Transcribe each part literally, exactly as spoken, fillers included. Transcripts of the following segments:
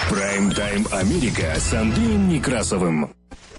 Прайм-тайм Америка с Андреем Некрасовым.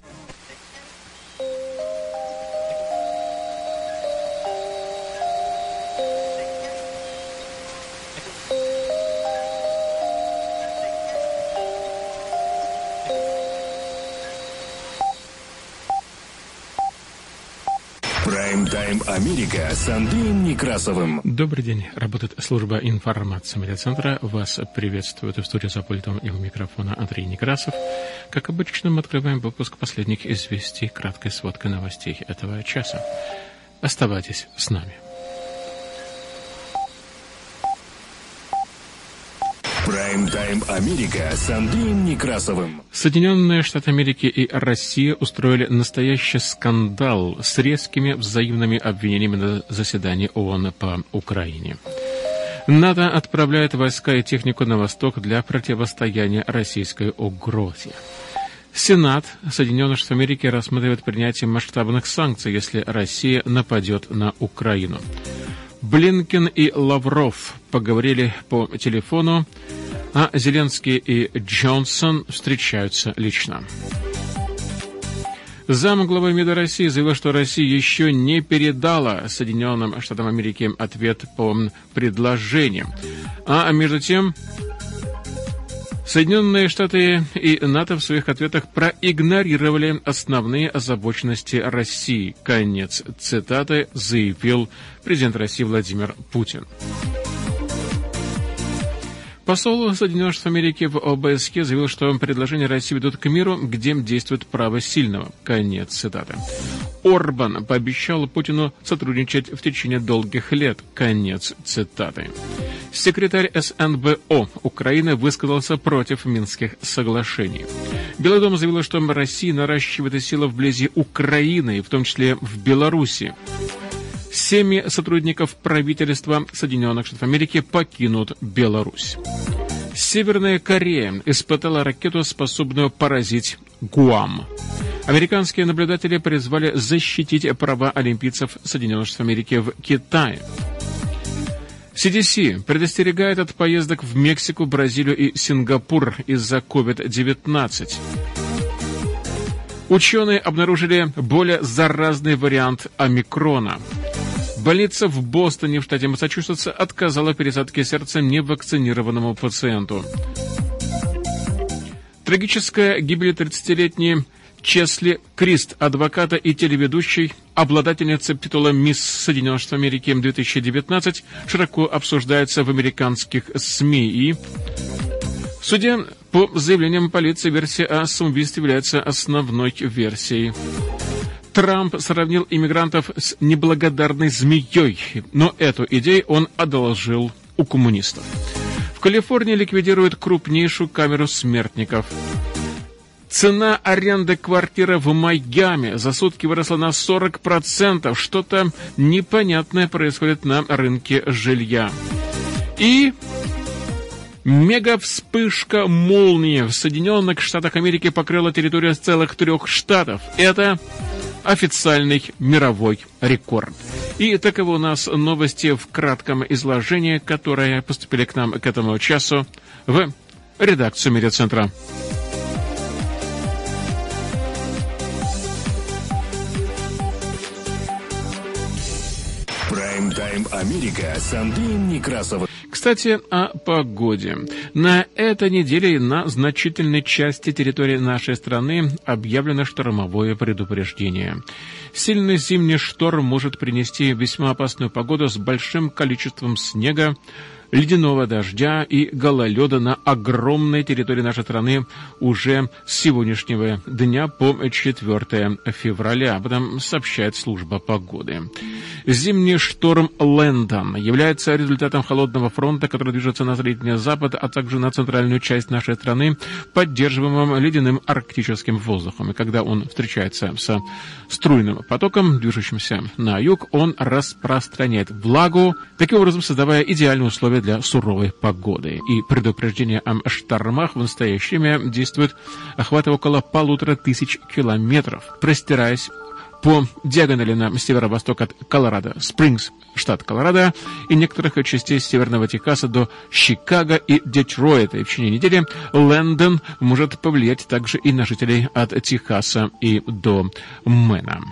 Прайм-тайм Америка с Андреем Некрасовым. Добрый день. Работает служба информации медиацентра. Вас приветствует в студии за пультом и у микрофона Андрей Некрасов. Как обычно, мы открываем выпуск последних известий, краткой сводкой новостей этого часа. Оставайтесь с нами. Прайм-тайм Америка с Андреем Некрасовым. Соединенные Штаты Америки и Россия устроили настоящий скандал с резкими взаимными обвинениями на заседании ООН по Украине. НАТО отправляет войска и технику на восток для противостояния российской угрозе. Сенат Соединенных Штатов Америки рассматривает принятие масштабных санкций, если Россия нападет на Украину. Блинкен и Лавров поговорили по телефону, а Зеленский и Джонсон встречаются лично. Замглавы МИДа России заявил, что Россия еще не передала Соединенным Штатам Америки ответ по предложениям. А между тем, Соединенные Штаты и НАТО в своих ответах проигнорировали основные озабоченности России. Конец цитаты, заявил президент России Владимир Путин. Посол Соединенных Штатов Америки в ОБСЕ заявил, что предложения России ведут к миру, где действует право сильного. Конец цитаты. Орбан пообещал Путину сотрудничать в течение долгих лет. Конец цитаты. Секретарь СНБО Украины высказался против Минских соглашений. Белый дом заявил, что Россия наращивает силы вблизи Украины, в том числе в Беларуси. Семь сотрудников правительства Соединенных Штатов Америки покинут Беларусь. Северная Корея испытала ракету, способную поразить Гуам. Американские наблюдатели призвали защитить права олимпийцев Соединенных Штатов Америки в Китае. си ди си предостерегает от поездок в Мексику, Бразилию и Сингапур из-за ковид девятнадцать. Ученые обнаружили более заразный вариант омикрона. Больница в Бостоне, в штате Массачусетс, отказала пересадке сердца невакцинированному пациенту. Трагическая гибель тридцатилетней Чесли Крист, адвоката и телеведущей, обладательница титула «Мисс Соединенных Штатов Америки две тысячи девятнадцать», широко обсуждается в американских СМИ. И в суде, по заявлениям полиции, версия о самоубийстве является основной версией. Трамп сравнил иммигрантов с неблагодарной змеей, но эту идею он одолжил у коммунистов. В Калифорнии ликвидируют крупнейшую камеру смертников. Цена аренды квартиры в Майами за сутки выросла на сорок процентов. Что-то непонятное происходит на рынке жилья. И мега-вспышка молнии в Соединенных Штатах Америки покрыла территорию целых трех штатов. Это официальный мировой рекорд. И таковы у нас новости в кратком изложении, которые поступили к нам к этому часу в редакцию медиацентра. Прайм-тайм Америка с Андреем Некрасовым. Кстати, о погоде. На этой неделе на значительной части территории нашей страны объявлено штормовое предупреждение. Сильный зимний шторм может принести весьма опасную погоду с большим количеством снега, ледяного дождя и гололеда на огромной территории нашей страны уже с сегодняшнего дня по четвёртое февраля. Об этом сообщает служба погоды. Зимний шторм Лэндон является результатом холодного фронта, который движется на средний запад, а также на центральную часть нашей страны, поддерживаемым ледяным арктическим воздухом. И когда он встречается со струйным потоком, движущимся на юг, он распространяет влагу, таким образом создавая идеальные условия для суровой погоды. И предупреждение о штормах в настоящее время действует, охватывая около полутора тысяч километров, простираясь по диагонали на северо-восток от Колорадо Спрингс, штат Колорадо, и некоторых частей северного Техаса до Чикаго и Детройта. И в течение недели Лэндон может повлиять также и на жителей от Техаса и до Мэна.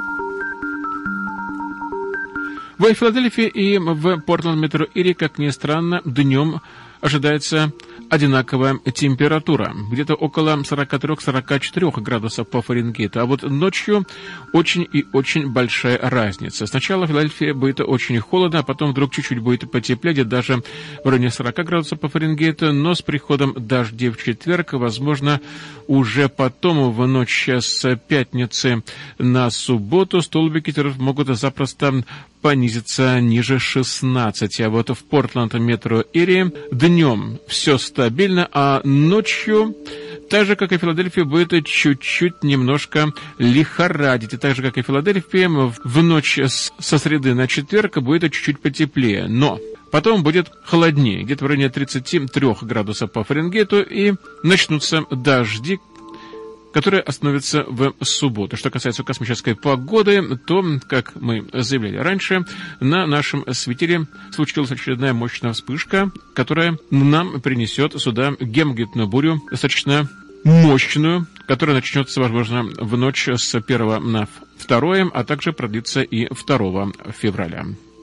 В Филадельфии и в Портленд-метро-Ири, как ни странно, днем ожидается одинаковая температура, где-то около сорок три - сорок четыре градусов по Фаренгейту, а вот ночью очень и очень большая разница. Сначала в Филадельфии будет очень холодно, а потом вдруг чуть-чуть будет потеплее, где даже в районе сорок градусов по Фаренгейту, но с приходом дождей в четверг, возможно, уже потом в ночь с пятницы на субботу столбики могут запросто понизится ниже шестнадцати, а вот в Портленд-метро-Ири днем все стабильно, а ночью, так же, как и в Филадельфии, будет чуть-чуть немножко лихорадить. И так же, как и в Филадельфии, в ночь со среды на четверг будет чуть-чуть потеплее. Но потом будет холоднее, где-то в районе тридцати трёх градусов по Фаренгейту, и начнутся дожди, которые остановятся в субботу. Что касается космической погоды, то, как мы заявляли раньше, на нашем светиле случилась очередная мощная вспышка, которая нам принесет сюда геомагнитную бурю, достаточно мощную, которая начнется, возможно, в ночь с первого на второе, а также продлится и второго февраля.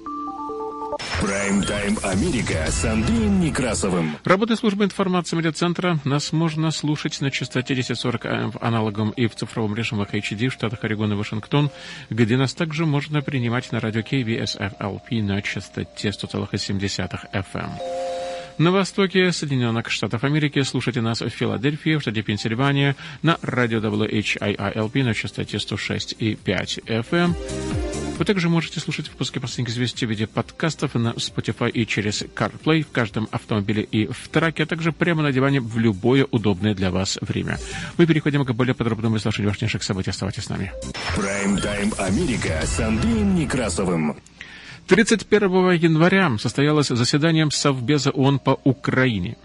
Прайм-тайм Америка с Андреем Некрасовым. Работая службы информации медиацентра, нас можно слушать на частоте тысяча сорок эй эм в аналоговом и в цифровом режимах эйч ди в штатах Орегон и Вашингтон, где нас также можно принимать на радио кей ви эс эф эл пи на частоте сто целых семь десятых эф эм. На востоке Соединенных Штатов Америки слушайте нас в Филадельфии, в штате Пенсильвания, на радио дабл ю эйч ай ай эл пи на частоте сто шесть и пять эф эм. Вы также можете слушать выпуски последних известий в виде подкастов на Spotify и через CarPlay в каждом автомобиле и в траке, а также прямо на диване в любое удобное для вас время. Мы переходим к более подробному изложению важнейших событий. Оставайтесь с нами. Прайм-тайм Америка с Андреем Некрасовым. тридцать первого января состоялось заседание Совбеза ООН по Украине.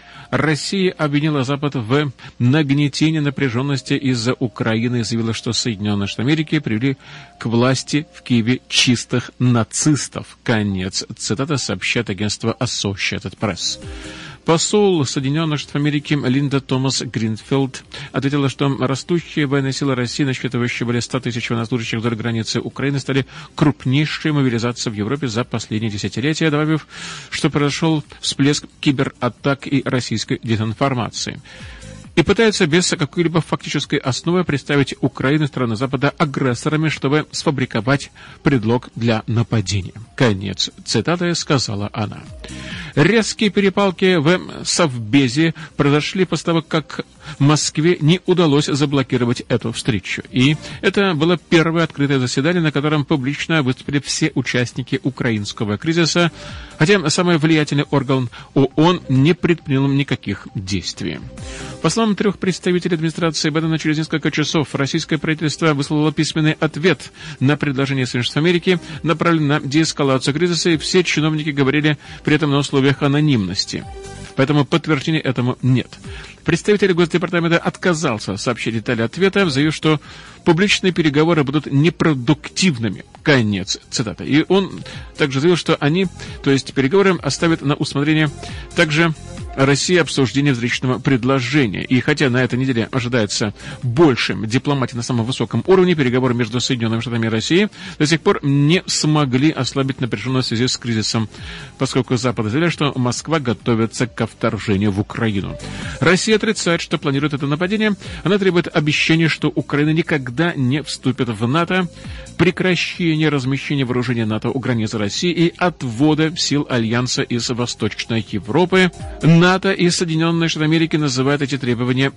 Россия обвинила Запад в нагнетении напряженности из-за Украины и заявила, что Соединенные Штаты Америки привели к власти в Киеве чистых нацистов. Конец цитаты, сообщает агентство Associated Press. Посол Соединенных Штатов Америки Линда Томас Гринфилд ответила, что растущие военные силы России, насчитывающие более ста тысяч военнослужащих вдоль границы Украины, стали крупнейшей мобилизацией в Европе за последние десятилетия, добавив, что произошел всплеск кибератак и российской дезинформации. И пытаются без какой-либо фактической основы представить Украину и страны Запада агрессорами, чтобы сфабриковать предлог для нападения. Конец цитаты, сказала она. Резкие перепалки в Совбезе произошли после того, как Москве не удалось заблокировать эту встречу. И это было первое открытое заседание, на котором публично выступили все участники украинского кризиса, хотя самый влиятельный орган ООН не предпринял никаких действий. По словам трех представителей администрации Байдена, через несколько часов российское правительство выслало письменный ответ на предложение Соединенных Штатов Америки, направленное на деэскалацию кризиса, и все чиновники говорили при этом на условиях анонимности. Поэтому подтверждения этому нет. Представитель Госдепартамента отказался сообщить детали ответа, заявив, что публичные переговоры будут непродуктивными. Конец цитаты. И он также заявил, что они, то есть переговоры, оставят на усмотрение также России обсуждение встречного предложения. И хотя на этой неделе ожидается больше дипломатии на самом высоком уровне, переговоры между Соединенными Штатами и Россией до сих пор не смогли ослабить напряженность в связи с кризисом, поскольку Запад заявляет, что Москва готовится ко вторжению в Украину. Россия отрицает, что планирует это нападение. Она требует обещания, что Украина никогда не вступит в НАТО, прекращения размещения вооружения НАТО у границ России и отвода сил Альянса из Восточной Европы. НАТО и Соединенные Штаты Америки называют эти требования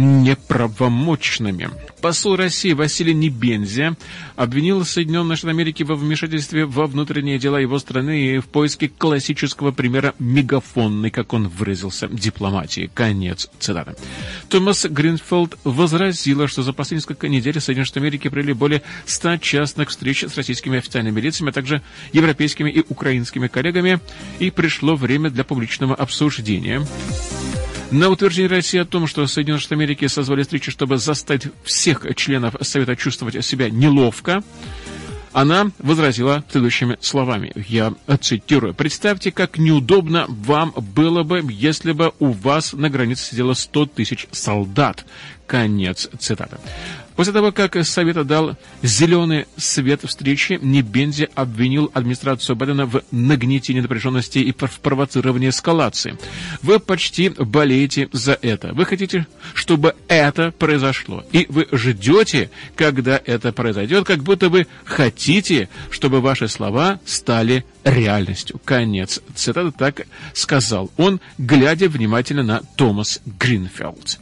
неправомочными. Посол России Василий Небензя обвинил Соединенные Штаты Америки во вмешательстве во внутренние дела его страны и в поиске классического примера мегафонной, как он выразился, дипломатии. Конец цитаты. Томас Гринфилд возразила, что за последние несколько недель Соединенные Штаты Америки провели более ста частных встреч с российскими официальными лицами, а также европейскими и украинскими коллегами, и пришло время для публичного обсуждения. На утверждение России о том, что Соединенные Штаты Америки созвали встречу, чтобы заставить всех членов Совета чувствовать себя неловко, она возразила следующими словами, я цитирую: «Представьте, как неудобно вам было бы, если бы у вас на границе сидело сто тысяч солдат». Конец цитаты. После того, как Совет дал зеленый свет встрече, Небензи обвинил администрацию Байдена в нагнетении напряженности и в провоцировании эскалации. Вы почти болеете за это. Вы хотите, чтобы это произошло. И вы ждете, когда это произойдет, как будто вы хотите, чтобы ваши слова стали реальностью. Конец цитаты, так сказал он, глядя внимательно на Томас Гринфилд.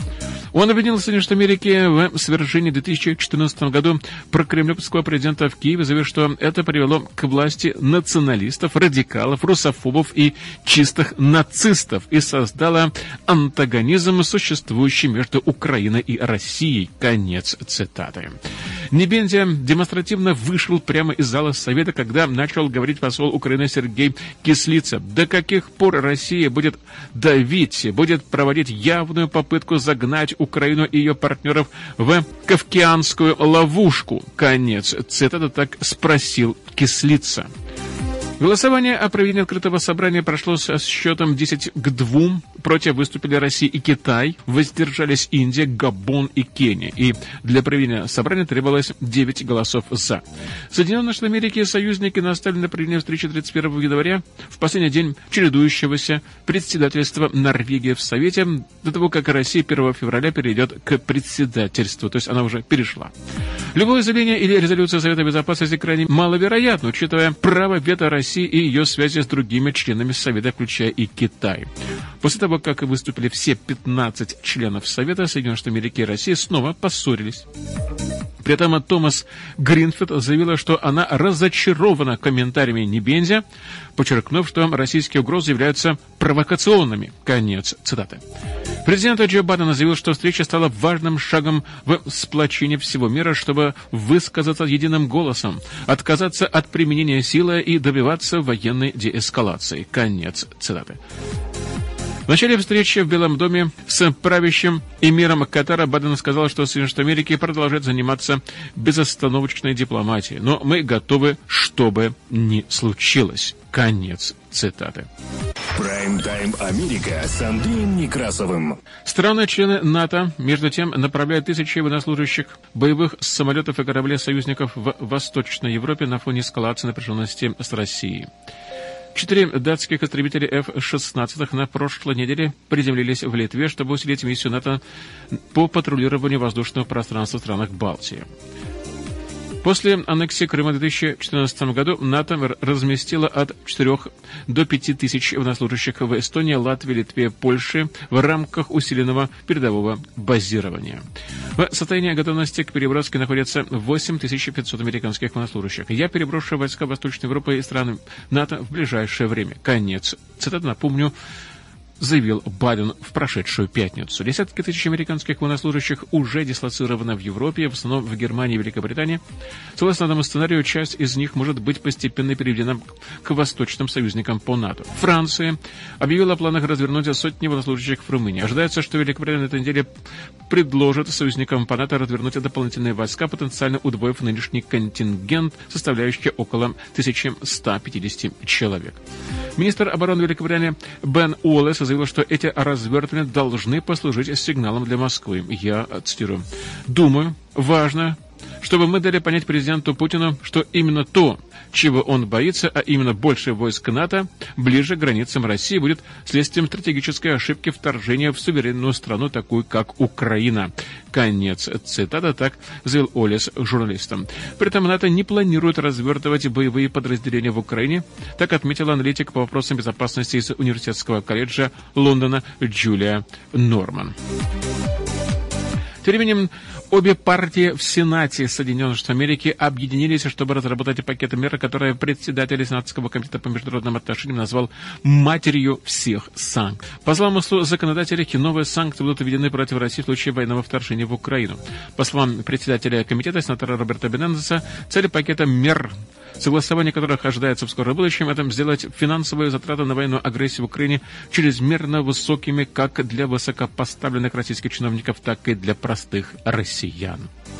Он обвинил Соединенные Штаты Америки в свержении в две тысячи четырнадцатом году прокремлевского президента в Киеве, заявив, что это привело к власти националистов, радикалов, русофобов и чистых нацистов и создало антагонизм, существующий между Украиной и Россией. Конец цитаты. Небензи демонстративно вышел прямо из зала Совета, когда начал говорить посол Украины Сергей Кислица. До каких пор Россия будет давить, будет проводить явную попытку загнать Украину и ее партнеров в кавказскую ловушку? Конец цитаты, так спросил Кислица. Голосование о проведении открытого собрания прошло со счетом десять к двум. Против выступили Россия и Китай, воздержались Индия, Габон и Кения. И для проведения собрания требовалось девять голосов «за». Соединенные Штаты Америки и союзники наставили на проведение встречи тридцать первого января, в последний день чередующегося председательства Норвегии в Совете, до того, как Россия первого февраля перейдет к председательству. То есть она уже перешла. Любое заявление или резолюция Совета Безопасности крайне маловероятно, учитывая право вето России и ее связи с другими членами Совета, включая и Китай. После того, как выступили все пятнадцать членов Совета, Соединенные Штаты Америки и Россия снова поссорились. При этом Томас Гринфилд заявила, что она разочарована комментариями Небензи, подчеркнув, что российские угрозы являются провокационными. Конец цитаты. Президент Джо Байден заявил, что встреча стала важным шагом в сплочении всего мира, чтобы высказаться единым голосом, отказаться от применения силы и добиваться военной деэскалации. Конец цитаты. В начале встречи в Белом доме с правящим эмиром Катара Байден сказал, что Соединенные Штаты Америки продолжают заниматься безостановочной дипломатией, но мы готовы, что бы ни случилось. Конец цитаты. Прайм-тайм Америка с Андреем Некрасовым. Страны-члены НАТО, между тем, направляют тысячи военнослужащих боевых самолетов и кораблей союзников в Восточной Европе на фоне эскалации напряженности с Россией. Четыре датских истребителя эф шестнадцать на прошлой неделе приземлились в Литве, чтобы усилить миссию НАТО по патрулированию воздушного пространства в странах Балтии. После аннексии Крыма в две тысячи четырнадцатом году НАТО разместило от четырёх до пяти тысяч военнослужащих в Эстонии, Латвии, Литве, Польше в рамках усиленного передового базирования. В состоянии готовности к переброске находятся восемь тысяч пятьсот американских военнослужащих. Я переброшу войска Восточной Европы и страны НАТО в ближайшее время. Конец цитаты, напомню, заявил Байден в прошедшую пятницу. Десятки тысяч американских военнослужащих уже дислоцированы в Европе, в основном в Германии и Великобритании. Согласно этому сценарию, часть из них может быть постепенно переведена к восточным союзникам по НАТО. Франция объявила о планах развернуть сотни военнослужащих в Румынии. Ожидается, что Великобритания на этой неделе предложит союзникам по НАТО развернуть дополнительные войска, потенциально удвоив нынешний контингент, составляющий около тысячи ста пятидесяти человек. Министр обороны Великобритании Бен Уоллес заявил, что эти развертывания должны послужить сигналом для Москвы. Я цитирую. «Думаю, важно, чтобы мы дали понять президенту Путину, что именно то, чего он боится, а именно больше войск НАТО, ближе к границам России, будет следствием стратегической ошибки вторжения в суверенную страну, такую как Украина». Конец цитаты, так заявил Уоллес журналистам. При этом НАТО не планирует развертывать боевые подразделения в Украине, так отметила аналитик по вопросам безопасности из Университетского колледжа Лондона Джулия Норман. Тем временем, обе партии в Сенате Соединенных Штатов Америки объединились, чтобы разработать пакет мер, который председатель Сенатского комитета по международным отношениям назвал «матерью всех санкций». По замыслу законодателей, новые санкции будут введены против России в случае военного вторжения в Украину. По словам председателя комитета, сенатора Роберта Менендеса, цель пакета мер согласование которых ожидается в скором будущем, это сделать финансовые затраты на военную агрессию в Украине чрезмерно высокими как для высокопоставленных российских чиновников, так и для простых россиян.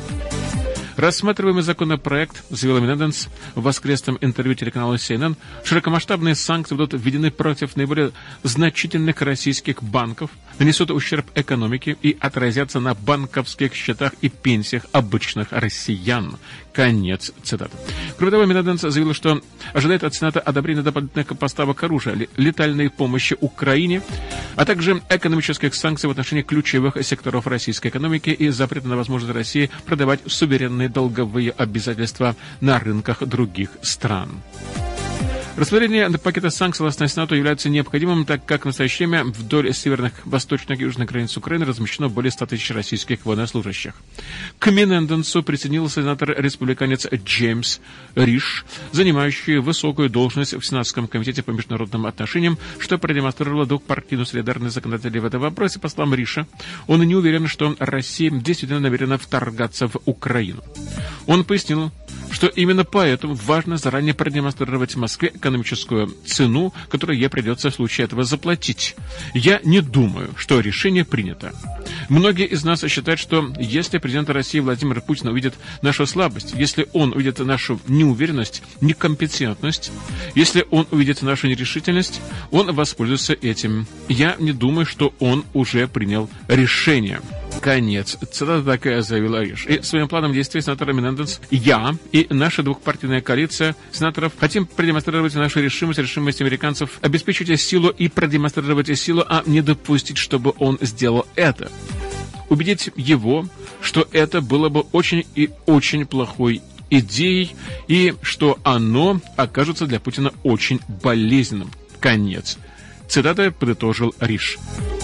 Рассматриваемый законопроект, заявил Менендес в воскресном интервью телеканалу си эн эн, широкомасштабные санкции будут введены против наиболее значительных российских банков, нанесут ущерб экономике и отразятся на банковских счетах и пенсиях обычных россиян. Конец цитаты. Кроме того, Менендес заявил, что ожидает от Сената одобрения дополнительных поставок оружия, летальной помощи Украине, а также экономических санкций в отношении ключевых секторов российской экономики и запрета на возможность России продавать суверенные долговые обязательства на рынках других стран. Рассмотрение пакета санкций, согласно Сенату, является необходимым, так как в настоящее время вдоль северных, восточных и южных границ Украины размещено более ста тысяч российских военнослужащих. К Менендесу присоединился сенатор-республиканец Джеймс Риш, занимающий высокую должность в Сенатском комитете по международным отношениям, что продемонстрировало двухпартийную солидарность законодателей в этом вопросе. По словам Риша, он не уверен, что Россия действительно намерена вторгаться в Украину. Он пояснил, что именно поэтому важно заранее продемонстрировать Москве экономическую цену, которую ей придется в случае этого заплатить. Я не думаю, что решение принято. Многие из нас считают, что если президент России Владимир Путин увидит нашу слабость, если он увидит нашу неуверенность, некомпетентность, если он увидит нашу нерешительность, он воспользуется этим. Я не думаю, что он уже принял решение. Конец. Цитата такая, заявил Риш. И своим планом действий сенатора Менендес, я и наша двухпартийная коалиция сенаторов хотим продемонстрировать нашу решимость, решимость американцев обеспечить силу и продемонстрировать силу, а не допустить, чтобы он сделал это. Убедить его, что это было бы очень и очень плохой идеей, и что оно окажется для Путина очень болезненным. Конец. Цитата подытожил Риш.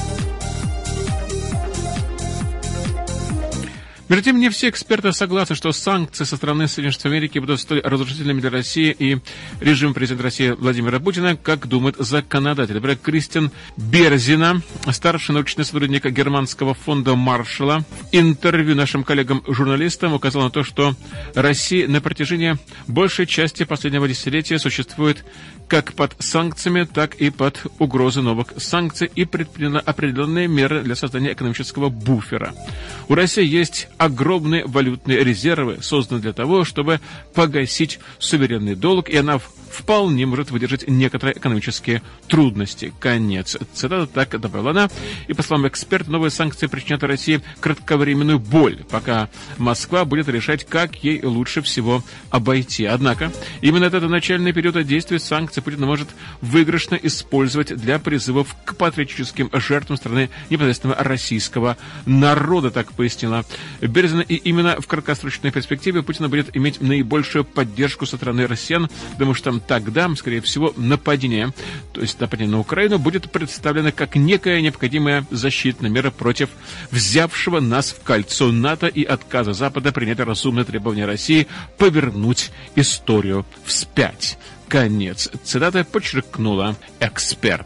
Между тем, не все эксперты согласны, что санкции со стороны Соединенных Штатов Америки будут столь разрушительными для России и режима президента России Владимира Путина, как думает законодатель. Например, Кристин Берзина, старший научный сотрудник Германского фонда Маршалла, в интервью нашим коллегам-журналистам указал на то, что Россия на протяжении большей части последнего десятилетия существует как под санкциями, так и под угрозой новых санкций и предприняла определенные меры для создания экономического буфера. У России есть огромные валютные резервы, созданные для того, чтобы погасить суверенный долг, и она вполне может выдержать некоторые экономические трудности. Конец. Цитата так добавила она. И, по словам эксперта, новые санкции причинят России кратковременную боль, пока Москва будет решать, как ей лучше всего обойти. Однако, именно этот начальный период действия санкций Путин может выигрышно использовать для призывов к патриотическим жертвам страны непосредственно российского народа, так пояснила Берзина. И именно в краткосрочной перспективе Путин будет иметь наибольшую поддержку со стороны россиян, потому что тогда, скорее всего, нападение, то есть нападение на Украину, будет представлено как некая необходимая защитная мера против взявшего нас в кольцо НАТО и отказа Запада принять разумные требования России повернуть историю вспять. Конец. Цитата подчеркнула эксперт.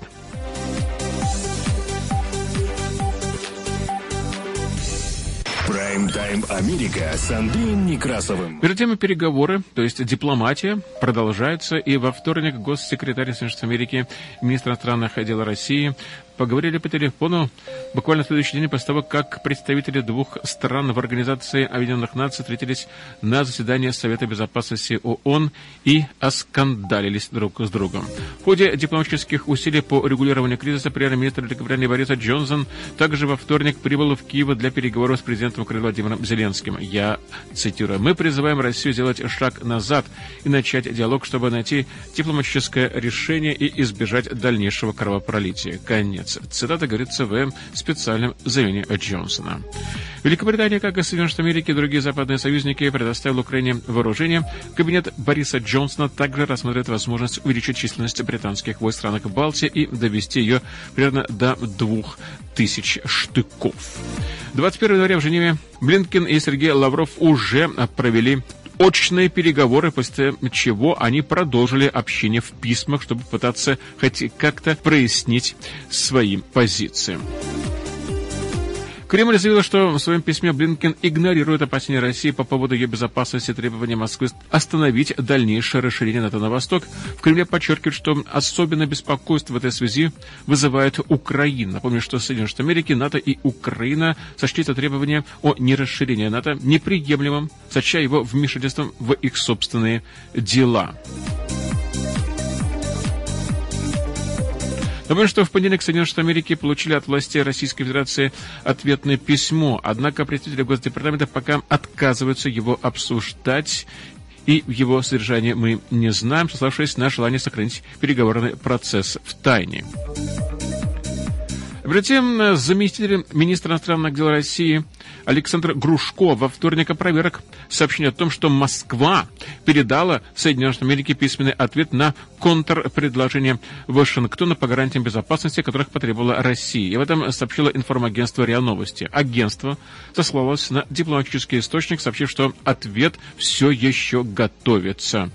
Прайм-тайм Америка с Андреем Некрасовым. Между тем, переговоры, то есть дипломатия, продолжаются, и во вторник госсекретарь Соединенных Штатов Америки, министр иностранных дел России, поговорили по телефону буквально в следующий день после того, как представители двух стран в Организации Объединенных Наций встретились на заседании Совета Безопасности ООН и оскандалились друг с другом. В ходе дипломатических усилий по регулированию кризиса премьер-министр Великобритании Борис Джонсон также во вторник прибыл в Киев для переговоров с президентом Украины Владимиром Зеленским. Я цитирую: «Мы призываем Россию сделать шаг назад и начать диалог, чтобы найти дипломатическое решение и избежать дальнейшего кровопролития». Конец. Цитата говорится в специальном заявлении Джонсона. Великобритания, как и Соединенные Штаты Америки и другие западные союзники, предоставила Украине вооружение. Кабинет Бориса Джонсона также рассматривает возможность увеличить численность британских войск в странах Балтии и довести ее примерно до двух тысяч штыков. двадцать первого января в Женеве Блинкен и Сергей Лавров уже провели очные переговоры, после чего они продолжили общение в письмах, чтобы пытаться хоть как-то прояснить свои позиции. Кремль заявил, что в своем письме Блинкен игнорирует опасения России по поводу ее безопасности и требования Москвы остановить дальнейшее расширение НАТО на восток. В Кремле подчеркивают, что особенно беспокойство в этой связи вызывает Украина. Напомню, что Соединенные Штаты Америки, НАТО и Украина сочли это требование о нерасширении НАТО неприемлемым, сочтя его вмешательством в их собственные дела. Напомню, что в понедельник Соединенные Штаты Америки получили от властей Российской Федерации ответное письмо, однако представители Госдепартамента пока отказываются его обсуждать, и его содержание мы не знаем, сославшись на желание сохранить переговорный процесс в тайне. Перед тем заместитель министра иностранных дел России Александр Грушко во вторник опроверг сообщение о том, что Москва передала Соединенным Штатам Америки письменный ответ на контрпредложение Вашингтона по гарантиям безопасности, которых потребовала Россия. И в этом сообщило информагентство РИА Новости. Агентство сослалось на дипломатический источник, сообщив, что ответ все еще готовится.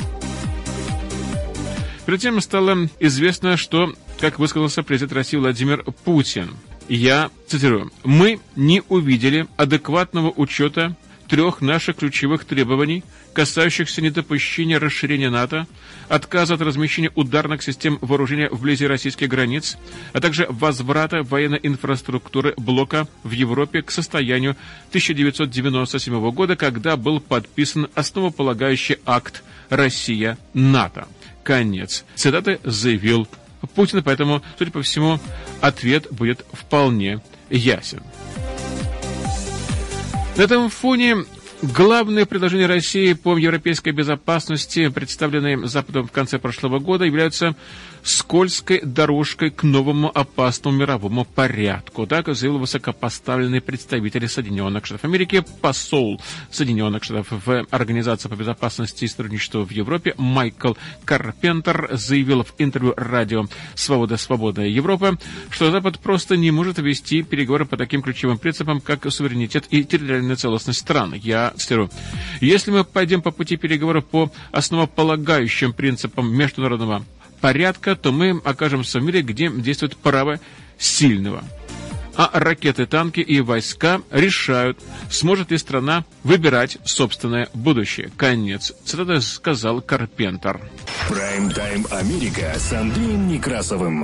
Перед тем стало известно, что, как высказался президент России Владимир Путин, я цитирую, «Мы не увидели адекватного учета трех наших ключевых требований, касающихся недопущения расширения НАТО, отказа от размещения ударных систем вооружения вблизи российских границ, а также возврата военной инфраструктуры блока в Европе к состоянию тысяча девятьсот девяносто седьмого года, когда был подписан основополагающий акт Россия-НАТО». Конец цитаты, заявил Путин, поэтому, судя по всему, ответ будет вполне ясен. На этом фоне главное предложение России по европейской безопасности, представленное Западом в конце прошлого года, являются скользкой дорожкой к новому опасному мировому порядку. Так заявил высокопоставленный представитель Соединенных Штатов Америки, посол Соединенных Штатов в Организации по безопасности и сотрудничеству в Европе Майкл Карпентер заявил в интервью радио «Свобода, свободная Европа», что Запад просто не может вести переговоры по таким ключевым принципам, как суверенитет и территориальная целостность стран. Я цитирую: «Если мы пойдем по пути переговоров по основополагающим принципам международного порядка, то мы окажемся в мире, где действует право сильного. А ракеты, танки и войска решают, сможет ли страна выбирать собственное будущее». Конец цитаты, сказал Карпентер. Прайм-тайм Америка с Андреем Некрасовым.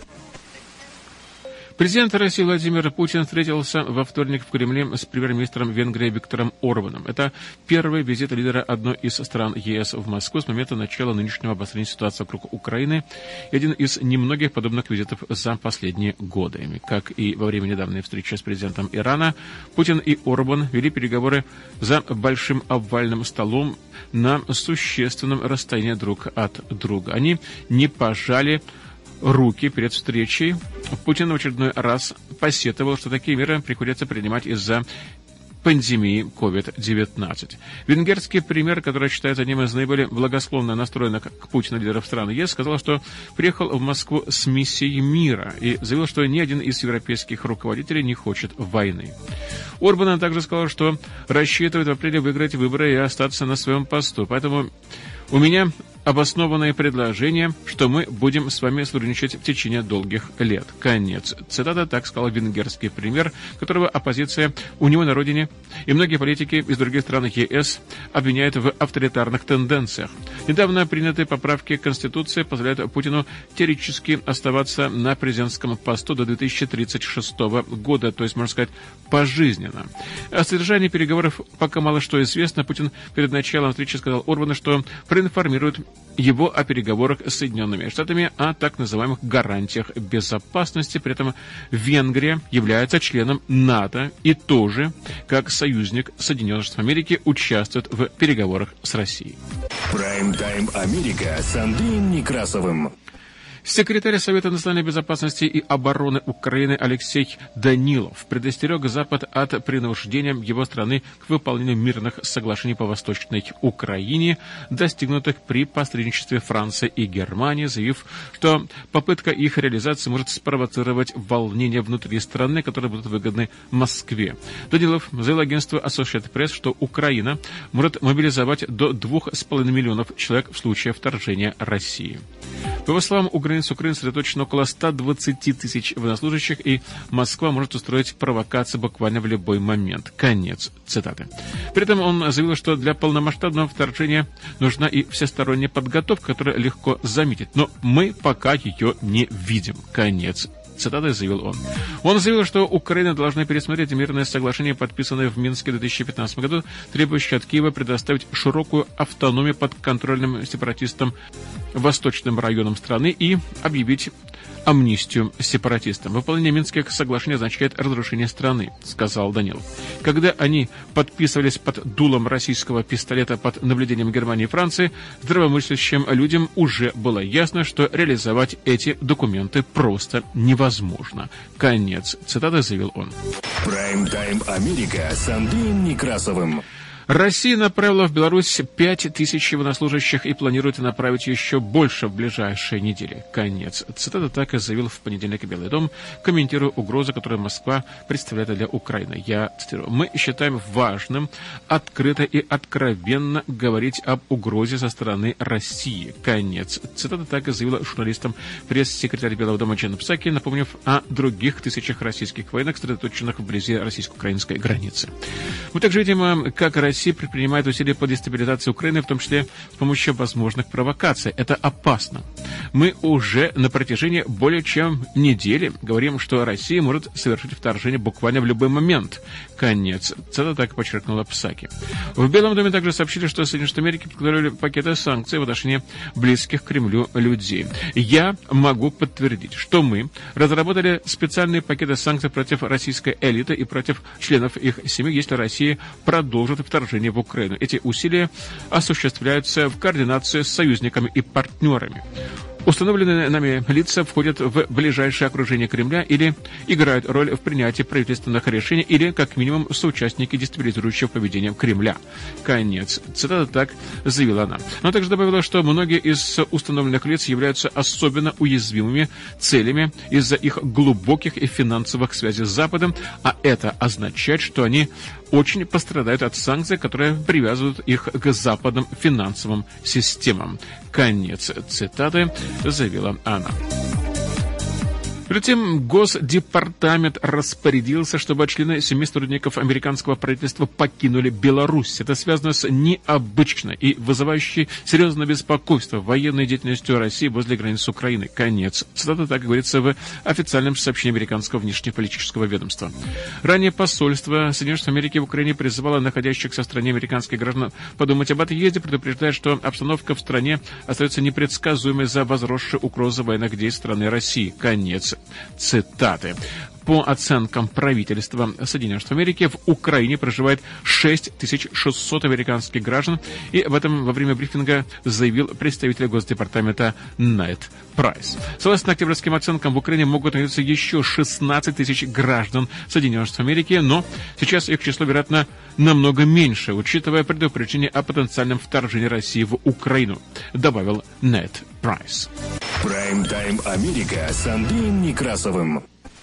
Президент России Владимир Путин встретился во вторник в Кремле с премьер-министром Венгрии Виктором Орбаном. Это первый визит лидера одной из стран ЕС в Москву с момента начала нынешнего обострения ситуации вокруг Украины и один из немногих подобных визитов за последние годы. Как и во время недавней встречи с президентом Ирана, Путин и Орбан вели переговоры за большим овальным столом на существенном расстоянии друг от друга. Они не пожали руки перед встречей. Путин в очередной раз посетовал, что такие меры приходится принимать из-за пандемии ковид девятнадцать. Венгерский премьер, который считается одним из наиболее благосклонно настроенных к Путину лидеров стран ЕС, сказал, что приехал в Москву с миссией мира и заявил, что ни один из европейских руководителей не хочет войны. Орбан также сказал, что рассчитывает в апреле выиграть выборы и остаться на своем посту. Поэтому у меня обоснованное предложение, что мы будем с вами сотрудничать в течение долгих лет. Конец цитата, так сказал венгерский премьер, которого оппозиция у него на родине и многие политики из других стран ЕС обвиняют в авторитарных тенденциях. Недавно принятые поправки к Конституции позволяют Путину теоретически оставаться на президентском посту до две тысячи тридцать шестого года, то есть, можно сказать, пожизненно. О содержании переговоров пока мало что известно. Путин перед началом встречи сказал Орбану, что проинформирует его о переговорах с Соединенными Штатами о так называемых гарантиях безопасности. При этом Венгрия является членом НАТО и тоже, как союзник Соединенных Штатов Америки, участвует в переговорах с Россией. Прайм-тайм Америка с Андреем Некрасовым. Секретарь Совета национальной безопасности и обороны Украины Алексей Данилов предостерег Запад от принуждения его страны к выполнению мирных соглашений по Восточной Украине, достигнутых при посредничестве Франции и Германии, заявив, что попытка их реализации может спровоцировать волнения внутри страны, которые будут выгодны Москве. Данилов заявил агентству Associated Press, что Украина может мобилизовать до двух с половиной миллионов человек в случае вторжения России. По его словам, Украина границе Украины сосредоточено около ста двадцати тысяч военнослужащих, и Москва может устроить провокации буквально в любой момент. Конец цитаты. При этом он заявил, что для полномасштабного вторжения нужна и всесторонняя подготовка, которую легко заметить. Но мы пока ее не видим. Конец цитаты, заявил он. Он заявил, что Украина должна пересмотреть мирное соглашение, подписанное в Минске в две тысячи пятнадцатом году, требующее от Киева предоставить широкую автономию подконтрольным сепаратистам восточным районам страны и объявить амнистию сепаратистам. Выполнение Минских соглашений означает разрушение страны, сказал Данилов. Когда они подписывались под дулом российского пистолета под наблюдением Германии и Франции, здравомыслящим людям уже было ясно, что реализовать эти документы просто невозможно. Конец цитаты, заявил он. Прайм-тайм Америка с Андреем Некрасовым. Россия направила в Беларусь пять тысяч военнослужащих и планирует направить еще больше в ближайшие недели. Конец цитаты. Так и заявил в понедельник Белый дом, комментируя угрозы, которые Москва представляет для Украины. Я цитирую. «Мы считаем важным открыто и откровенно говорить об угрозе со стороны России». Конец цитаты. Так и заявила журналистам пресс-секретарь Белого дома Джен Псаки, напомнив о других тысячах российских военных, сосредоточенных вблизи российско-украинской границы. Мы также видим, как Россия Россия предпринимает усилия по дестабилизации Украины, в том числе с помощью возможных провокаций. Это опасно. Мы уже на протяжении более чем недели говорим, что Россия может совершить вторжение буквально в любой момент. Конец. Это так подчеркнула Псаки. В Белом доме также сообщили, что Соединенные Штаты Америки подготовили пакеты санкций в отношении близких к Кремлю людей. Я могу подтвердить, что мы разработали специальные пакеты санкций против российской элиты и против членов их семей, если Россия продолжит вторжение в Украину. Эти усилия осуществляются в координации с союзниками и партнерами. Установленные нами лица входят в ближайшее окружение Кремля или играют роль в принятии правительственных решений, или, как минимум, соучастники дестабилизирующего поведения Кремля. Конец. Цитата так заявила она. Она также добавила, что многие из установленных лиц являются особенно уязвимыми целями из-за их глубоких и финансовых связей с Западом, а это означает, что они очень пострадают от санкций, которые привязывают их к западным финансовым системам. Конец цитаты, заявила она. Перед тем Госдепартамент распорядился, чтобы члены семьи сотрудников американского правительства покинули Беларусь. Это связано с необычной и вызывающей серьезное беспокойство военной деятельностью России возле границы Украины. Конец. Цитата так говорится в официальном сообщении американского внешнеполитического ведомства. Ранее посольство Соединенных Штатов Америки в Украине призывало находящихся в стране американских граждан подумать об отъезде, предупреждая, что обстановка в стране остается непредсказуемой за возросшие угрозы военных действий страны России. Конец цитаты. По оценкам правительства Соединенных Штатов Америки, в Украине проживает шесть тысяч шестьсот американских граждан, и об этом во время брифинга заявил представитель Госдепартамента Найт Прайс. Согласно октябрьским оценкам, в Украине могут находиться еще шестнадцать тысяч граждан Соединенных Штатов Америки, но сейчас их число, вероятно, намного меньше, учитывая предупреждение о потенциальном вторжении России в Украину, добавил Найт Прайс. Прайм-тайм Америка с Андреем Некрасовым.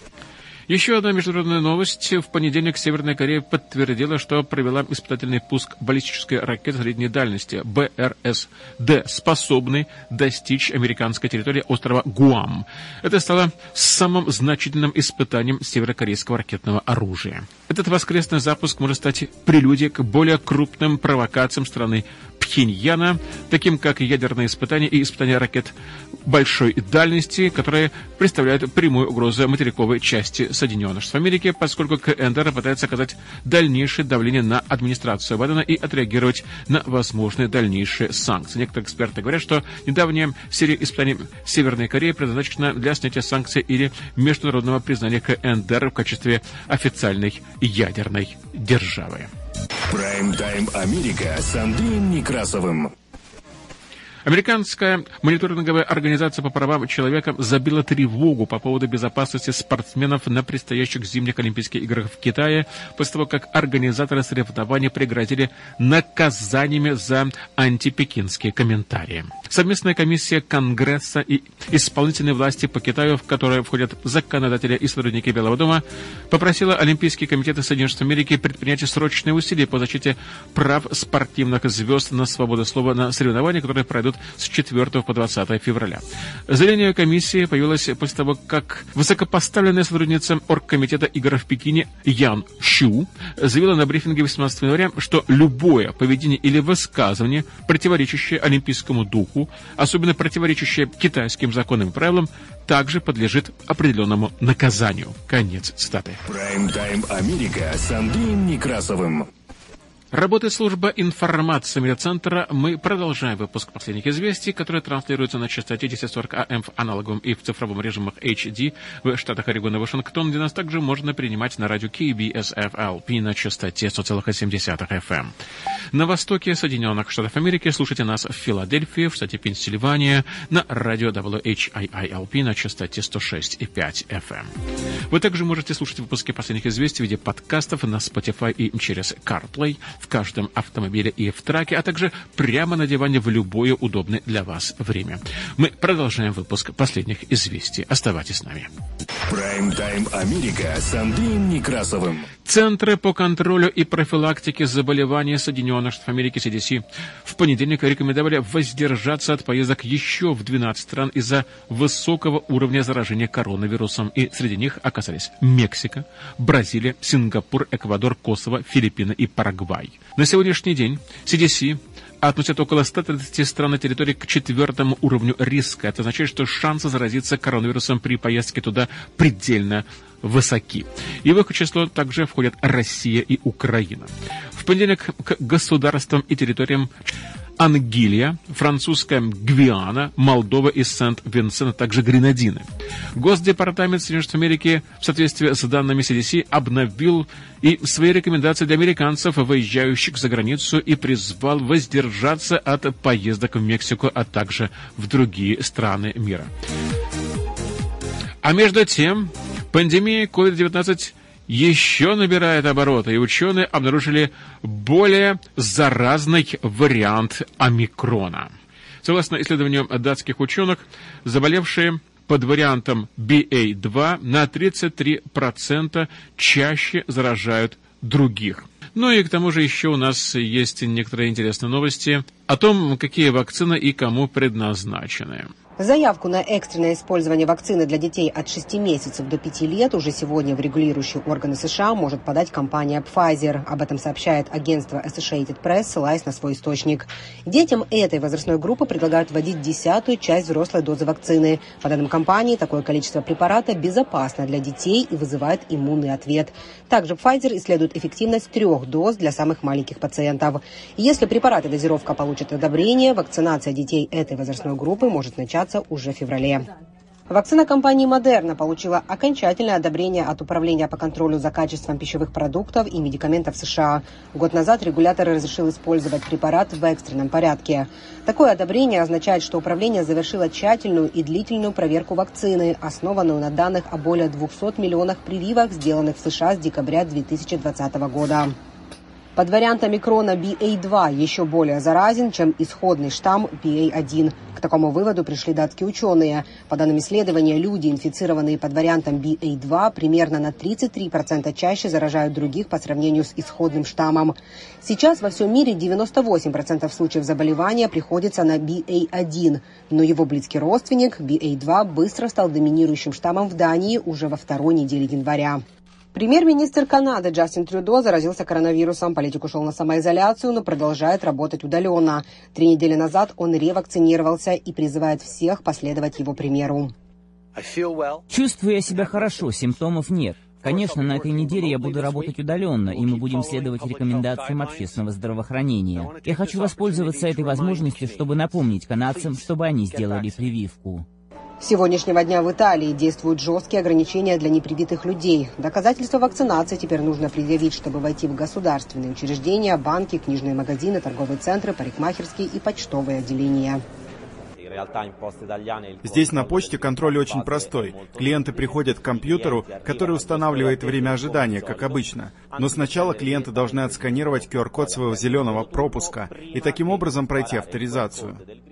Еще одна международная новость. В понедельник Северная Корея подтвердила, что провела испытательный пуск баллистической ракеты средней дальности Бэ Эр Эс Дэ, способной достичь американской территории острова Гуам. Это стало самым значительным испытанием северокорейского ракетного оружия. Этот воскресный запуск может стать прелюдией к более крупным провокациям страны Пхеньяна, таким как ядерные испытания и испытания ракет большой дальности, которые представляют прямую угрозу материковой части Соединенных Штатов Америки, поскольку КНДР пытается оказать дальнейшее давление на администрацию Байдена и отреагировать на возможные дальнейшие санкции. Некоторые эксперты говорят, что недавняя серия испытаний Северной Кореи предназначена для снятия санкций или международного признания КНДР в качестве официальной ядерной державы. Прайм-тайм Америка с Андреем Некрасовым. Американская мониторинговая организация по правам человека забила тревогу по поводу безопасности спортсменов на предстоящих зимних Олимпийских играх в Китае после того, как организаторы соревнований пригрозили наказаниями за антипекинские комментарии. Совместная комиссия Конгресса и исполнительной власти по Китаю, в которой входят законодатели и сотрудники Белого дома, попросила Олимпийские комитеты Соединенных Штатов Америки предпринять срочные усилия по защите прав спортивных звезд на свободу слова на соревнованиях, которые пройдут период с четвёртого по двадцатое февраля. Заявление комиссии появилось после того, как высокопоставленная сотрудница оргкомитета игр в Пекине Ян Щу заявила на брифинге восемнадцатого января, что любое поведение или высказывание, противоречащее олимпийскому духу, особенно противоречащее китайским законам и правилам, также подлежит определенному наказанию. Конец цитаты. Прайм-тайм Америка с Андреем Некрасовым. Работает служба информации медиацентра. Мы продолжаем выпуск последних известий, которые транслируются на частоте десять сорок эй эм в аналоговом и в цифровом режимах эйч ди в штатах Орегон и Вашингтон, где нас также можно принимать на радио кей би эс эф эл пи на частоте сто целых семь десятых эф эм. На востоке Соединенных Штатов Америки слушайте нас в Филадельфии, в штате Пенсильвания, на радио дабл ю эйч ай ай эл пи на частоте сто шесть и пять эф эм. Вы также можете слушать выпуски последних известий в виде подкастов на Spotify и через CarPlay, в каждом автомобиле и в траке, а также прямо на диване в любое удобное для вас время. Мы продолжаем выпуск последних известий. Оставайтесь с нами. Прайм-тайм Америка с Андреем Некрасовым. Центры по контролю и профилактике заболеваний Соединенных Штатов Америки си ди си в понедельник рекомендовали воздержаться от поездок еще в двенадцать стран из-за высокого уровня заражения коронавирусом, и среди них оказались Мексика, Бразилия, Сингапур, Эквадор, Косово, Филиппины и Парагвай. На сегодняшний день си ди си относят около ста тридцати стран и территорий к четвертому уровню риска. Это означает, что шансы заразиться коронавирусом при поездке туда предельно высоки. И в их число также входят Россия и Украина. В понедельник к государствам и территориям Ангилья, французская Гвиана, Молдова и Сент-Винсент, а также Гренадины. Госдепартамент Соединенных Штатов Америки в соответствии с данными си ди си обновил и свои рекомендации для американцев, выезжающих за границу, и призвал воздержаться от поездок в Мексику, а также в другие страны мира. А между тем, пандемия ковид девятнадцать еще набирает обороты, и ученые обнаружили более заразный вариант омикрона. Согласно исследованию датских ученых, заболевшие под вариантом би эй два на тридцать три процента чаще заражают других. Ну и к тому же еще у нас есть некоторые интересные новости о том, какие вакцины и кому предназначены. Заявку на экстренное использование вакцины для детей от шести месяцев до пяти лет уже сегодня в регулирующие органы США может подать компания Pfizer. Об этом сообщает агентство Associated Press, ссылаясь на свой источник. Детям этой возрастной группы предлагают вводить десятую часть взрослой дозы вакцины. По данным компании, такое количество препарата безопасно для детей и вызывает иммунный ответ. Также Pfizer исследует эффективность трех доз для самых маленьких пациентов. Если препарат и дозировка получат одобрение, вакцинация детей этой возрастной группы может начаться уже в феврале. Вакцина компании Moderna получила окончательное одобрение от Управления по контролю за качеством пищевых продуктов и медикаментов США. Год назад регулятор разрешил использовать препарат в экстренном порядке. Такое одобрение означает, что управление завершило тщательную и длительную проверку вакцины, основанную на данных о более двухсот миллионах прививок, сделанных в США с декабря две тысячи двадцатого года. Под вариант омикрона би эй два еще более заразен, чем исходный штамм би эй один. К такому выводу пришли датские ученые. По данным исследования, люди, инфицированные под вариантом би эй два, примерно на тридцать три процента чаще заражают других по сравнению с исходным штаммом. Сейчас во всем мире девяносто восемь процентов случаев заболевания приходится на би эй один, но его близкий родственник би эй два быстро стал доминирующим штаммом в Дании уже во второй неделе января. Премьер-министр Канады Джастин Трюдо заразился коронавирусом. Политик ушел на самоизоляцию, но продолжает работать удаленно. Три недели назад он ревакцинировался и призывает всех последовать его примеру. Чувствую я себя хорошо, симптомов нет. Конечно, на этой неделе я буду работать удаленно, и мы будем следовать рекомендациям общественного здравоохранения. Я хочу воспользоваться этой возможностью, чтобы напомнить канадцам, чтобы они сделали прививку. С сегодняшнего дня в Италии действуют жесткие ограничения для непривитых людей. Доказательства вакцинации теперь нужно предъявить, чтобы войти в государственные учреждения, банки, книжные магазины, торговые центры, парикмахерские и почтовые отделения. Здесь на почте контроль очень простой. Клиенты приходят к компьютеру, который устанавливает время ожидания, как обычно. Но сначала клиенты должны отсканировать ку ар код своего зеленого пропуска и таким образом пройти авторизацию.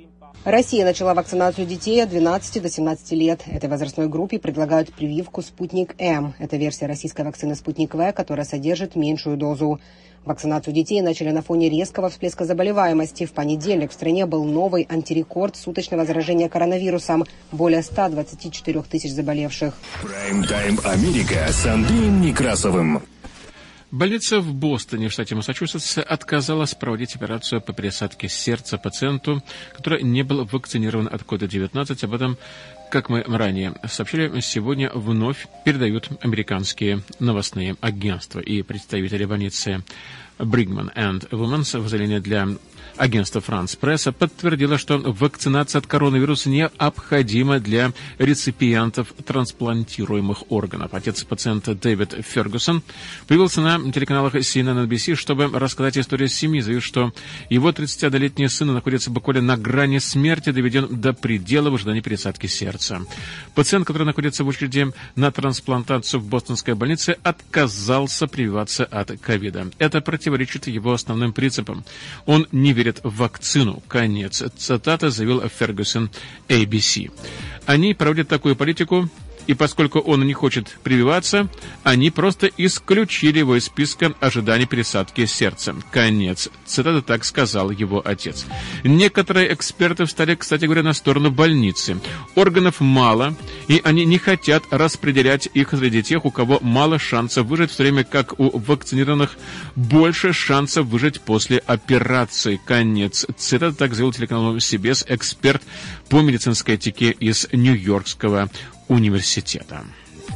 Россия начала вакцинацию детей от двенадцати до семнадцати лет. Этой возрастной группе предлагают прививку «Спутник-М». Это версия российской вакцины «Спутник-В», которая содержит меньшую дозу. Вакцинацию детей начали на фоне резкого всплеска заболеваемости. В понедельник в стране был новый антирекорд суточного заражения коронавирусом. Более ста двадцати четырёх тысяч заболевших. Прайм-тайм Америка с Андреем Некрасовым. Больница в Бостоне, в штате Массачусетс, отказалась проводить операцию по пересадке сердца пациенту, который не был вакцинирован от ковид девятнадцать. Об этом, как мы ранее сообщили, сегодня вновь передают американские новостные агентства. И представители больницы Brigham and Women's в заявлении для агентства France Press подтвердило, что вакцинация от коронавируса необходима для реципиентов трансплантируемых органов. Отец пациента Дэвид Фергюсон появился на телеканалах си эн эн и эн би си, чтобы рассказать историю семьи, заявив, что его тридцатиоднолетний сын находится буквально на грани смерти, доведен до предела в ожидании пересадки сердца. Пациент, который находится в очереди на трансплантацию в бостонской больнице, отказался прививаться от ковида. Это противоречит его основным принципам. Он не верит в вакцину. Конец цитаты, заявил Фергюсон эй би си. Они проводят такую политику, и поскольку он не хочет прививаться, они просто исключили его из списка ожиданий пересадки сердца. Конец цитаты, так сказал его отец. Некоторые эксперты встали, кстати говоря, на сторону больницы. Органов мало, и они не хотят распределять их среди тех, у кого мало шансов выжить, в то время как у вакцинированных больше шансов выжить после операции. Конец цитаты, так заявил телеканалу си би эс эксперт по медицинской этике из Нью-Йоркского университета.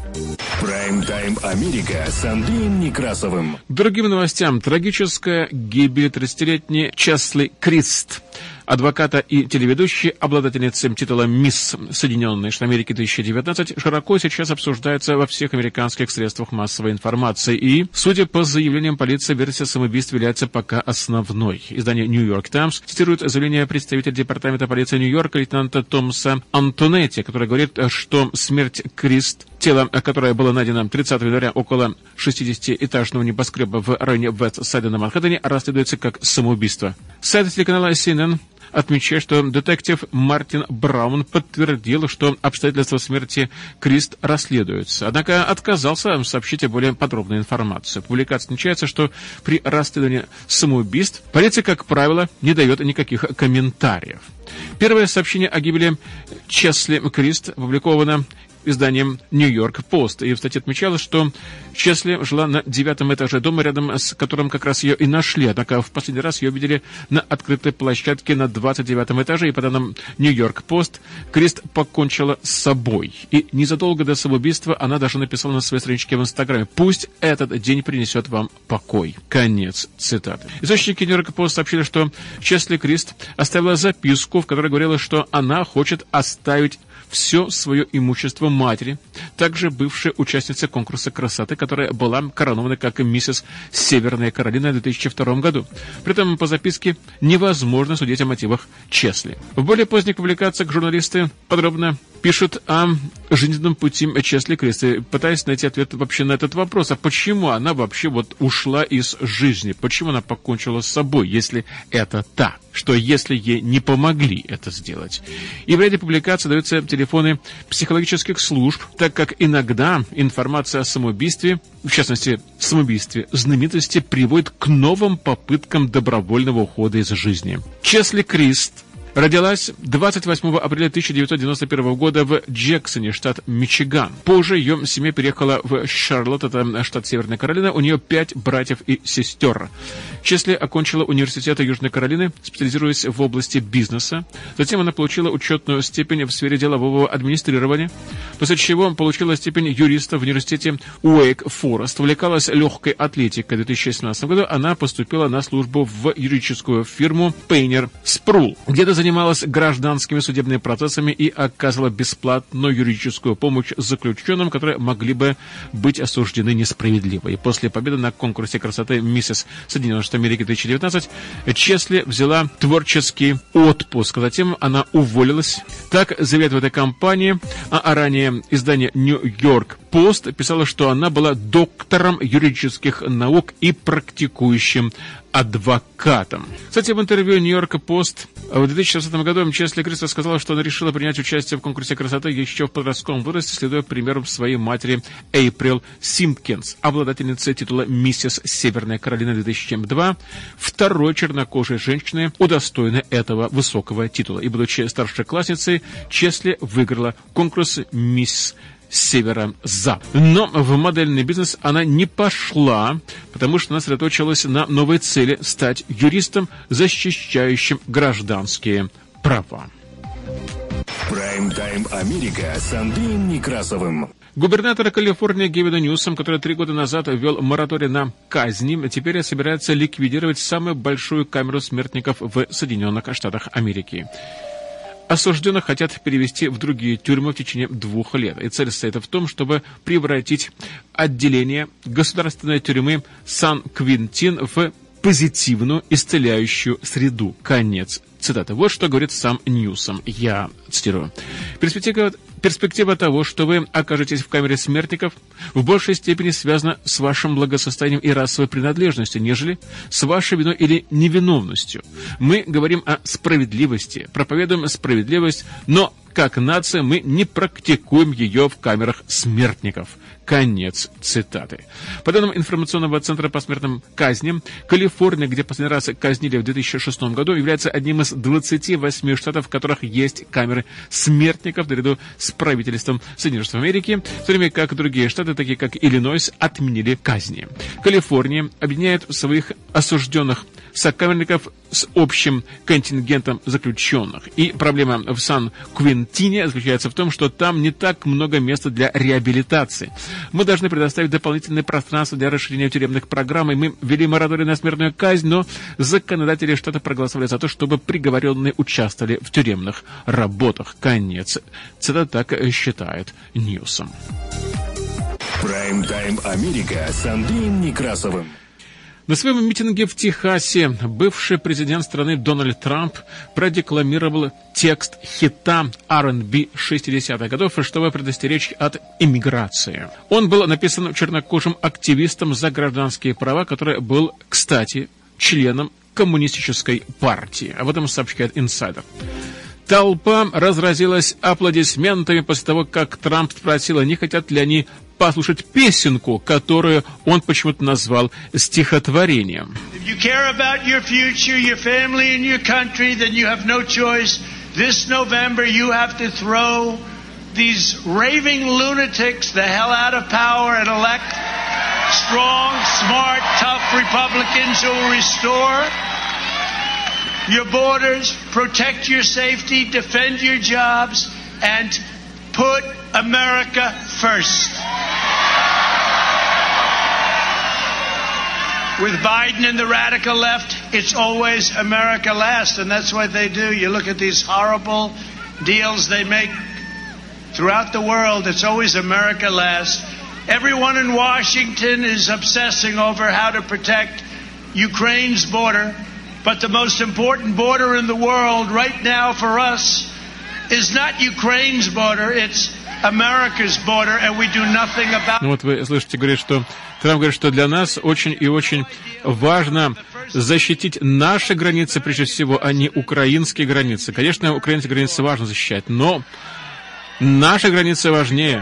Прайм-тайм Америка с Андреем Некрасовым. Другим новостям. Трагическая гибель тридцатилетней Чесли Крист, адвоката и телеведущей, обладательницы титула «Мисс Соединенные Штаты Америки две тысячи девятнадцать», широко сейчас обсуждается во всех американских средствах массовой информации. И, судя по заявлениям полиции, версия самоубийства является пока основной. Издание New York Times цитирует заявление представителя департамента полиции Нью-Йорка лейтенанта Томаса Антонетти, который говорит, что смерть Крист, тело, которое было найдено тридцатого января около шестидесятиэтажного небоскреба в районе Вест-Сайда на Манхэттене, расследуется как самоубийство. Сайт телеканала си эн эн отмечает, что детектив Мартин Браун подтвердил, что обстоятельства смерти Крист расследуются, однако отказался сообщить о более подробной информации. Публикация отмечается, что при расследовании самоубийств полиция, как правило, не дает никаких комментариев. Первое сообщение о гибели Чесли Крист опубликовано изданием Нью-Йорк Пост, и в статье отмечалось, что Чесли жила на девятом этаже дома, рядом с которым как раз ее и нашли, однако в последний раз ее видели на открытой площадке на двадцать девятом этаже, и по данным Нью-Йорк Пост, Крист покончила с собой. И незадолго до самоубийства она даже написала на своей страничке в Инстаграме: «Пусть этот день принесет вам покой». Конец цитаты. Источники Нью-Йорк Пост сообщили, что Чесли Крист оставила записку, в которой говорила, что она хочет оставить все свое имущество матери, также бывшей участницы конкурса красоты, которая была коронована как миссис Северная Каролина в две тысячи втором году. При этом по записке невозможно судить о мотивах Чесли. В более поздних публикациях журналисты подробно пишут о жизненном пути Чесли Крист, пытаясь найти ответ вообще на этот вопрос. А почему она вообще вот ушла из жизни? Почему она покончила с собой, если это так? Что если ей не помогли это сделать? И в ряде публикаций даются телефоны психологических служб, так как иногда информация о самоубийстве, в частности, самоубийстве знаменитости, приводит к новым попыткам добровольного ухода из жизни. Чесли Крист родилась двадцать восьмого апреля тысяча девятьсот девяносто первого года в Джексоне, штат Мичиган. Позже ее семья переехала в Шарлотт, это штат Северная Каролина. У нее пять братьев и сестер. Чесли окончила университет Южной Каролины, специализируясь в области бизнеса. Затем она получила учетную степень в сфере делового администрирования, после чего получила степень юриста в университете Уэйк-Форест. Увлекалась легкой атлетикой. В две тысячи семнадцатом году она поступила на службу в юридическую фирму Пейнер Спрул, где-то занималась гражданскими судебными процессами и оказывала бесплатную юридическую помощь заключенным, которые могли бы быть осуждены несправедливо. И после победы на конкурсе красоты «Миссис Соединенных Штатов Америки две тысячи девятнадцать» Чесли взяла творческий отпуск, а затем она уволилась. Так заявляет в этой компании, а ранее издание Нью-Йорк Пост писало, что она была доктором юридических наук и практикующим адвокатом. Кстати, в интервью Нью-Йорк Пост в две тысячи шестнадцатом году Мчес Лекристо сказала, что она решила принять участие в конкурсе красоты еще в подростковом возрасте, следуя примеру своей матери Эйприл Симпкинс, обладательницы титула «Миссис Северная Каролина две тысячи два», второй чернокожей женщины, удостоенной этого высокого титула. И, будучи старшеклассницей, Чесли выиграла конкурс «Мисс Севера за». Но в модельный бизнес она не пошла, потому что она сосредоточилась на новой цели – стать юристом, защищающим гражданские права. Прайм-тайм Америка с Андреем Некрасовым. Губернатор Калифорнии Гевин Ньюсом, который три года назад ввел мораторий на казни, теперь собирается ликвидировать самую большую камеру смертников в Соединенных Штатах Америки. Осужденных хотят перевести в другие тюрьмы в течение двух лет. И цель состоит в том, чтобы превратить отделение государственной тюрьмы Сан-Квинтин в позитивную исцеляющую среду. Конец цитаты. Вот что говорит сам Ньюсом. Я цитирую. Перспектива, перспектива того, что вы окажетесь в камере смертников, в большей степени связана с вашим благосостоянием и расовой принадлежностью, нежели с вашей виной или невиновностью. Мы говорим о справедливости, проповедуем справедливость, но как нация мы не практикуем ее в камерах смертников. Конец цитаты. По данным информационного центра по смертным казням, Калифорния, где последний раз казнили в две тысячи шестом году, является одним из двадцати восьми штатов, в которых есть камеры смертников наряду с правительством Соединенных Штатов Америки, в то время как другие штаты, такие как Иллинойс, отменили казни. Калифорния объединяет своих осужденных сокамерников с общим контингентом заключенных. И проблема в Сан-Квинтине заключается в том, что там не так много места для реабилитации. Мы должны предоставить дополнительное пространство для расширения тюремных программ, и мы ввели мораторий на смертную казнь, но законодатели штата проголосовали за то, чтобы приговоренные участвовали в тюремных работах. Конец. Цитата так считает Ньюсом. Прайм-тайм Америка с Андреем Некрасовым. На своем митинге в Техасе бывший президент страны Дональд Трамп продекламировал текст хита ар энд би шестидесятых годов, чтобы предостеречь от иммиграции. Он был написан чернокожим активистом за гражданские права, который был, кстати, членом коммунистической партии. Об этом сообщает инсайдер. Толпа разразилась аплодисментами после того, как Трамп спросил, не хотят ли они послушать песенку, которую он почему-то назвал стихотворением. Your borders, protect your safety, defend your jobs, and put America first. With Biden and the radical left, it's always America last, and that's what they do. You look at these horrible deals they make throughout the world, it's always America last. Everyone in Washington is obsessing over how to protect Ukraine's border. But the most important border in the world right now for us is not Ukraine's border, it's America's border, and we do nothing about it. Ну вот вы слышите, говорит, что Трамп говорит, что для нас очень и очень важно защитить наши границы, прежде всего, а не украинские границы. Конечно, украинские границы важно защищать, но наши границы важнее.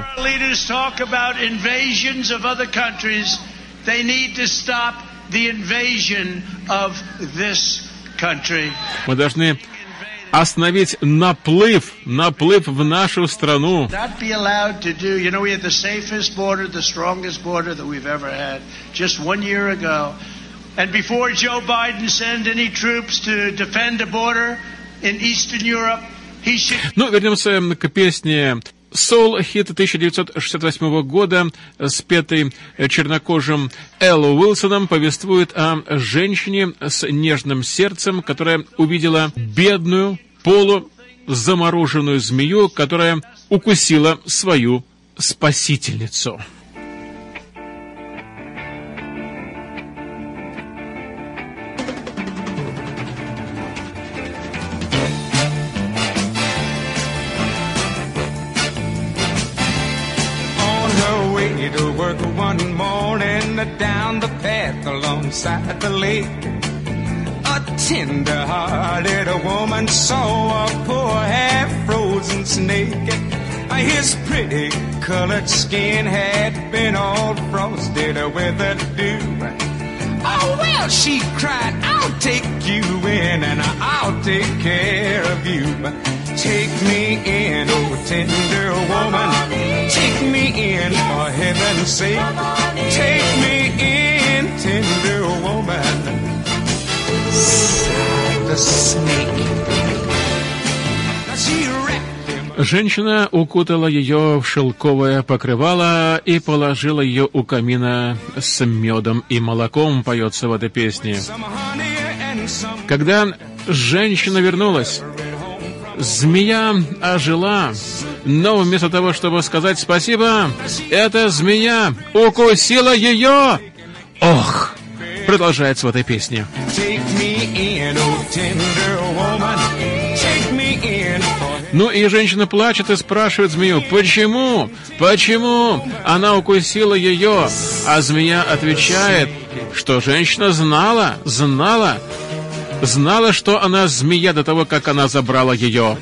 The invasion of this country. Мы должны остановить наплыв, наплыв в нашу страну. Not be allowed to do. You know, we had the safest border, the strongest border that we've ever had, just one year ago. And before Joe Biden sent any troops to defend a border in Eastern Europe, he should. Ну, вернемся к песне. Соул-хит тысяча девятьсот шестьдесят восьмого года, спетый чернокожим Элло Уилсоном, повествует о женщине с нежным сердцем, которая увидела бедную, полузамороженную змею, которая укусила свою спасительницу. To work one morning down the path alongside the lake, A tender-hearted woman saw a poor half-frozen snake. His pretty colored skin had been all frosted with the dew. Oh, well, she cried, I'll take you in and I'll take care of you. Take me in, oh, tender woman. Take me in, for heaven's sake. Take me in, tender woman. Sighed the snake. Now she wrapped. Женщина укутала ее в шелковое покрывало и положила ее у камина с медом и молоком, поется в этой песне. Когда женщина вернулась, змея ожила, но вместо того, чтобы сказать спасибо, эта змея укусила ее. Ох! Продолжается в этой песне. Ну и женщина плачет и спрашивает змею, почему, почему она укусила ее, а змея отвечает, что женщина знала, знала, знала, что она змея до того, как она забрала ее.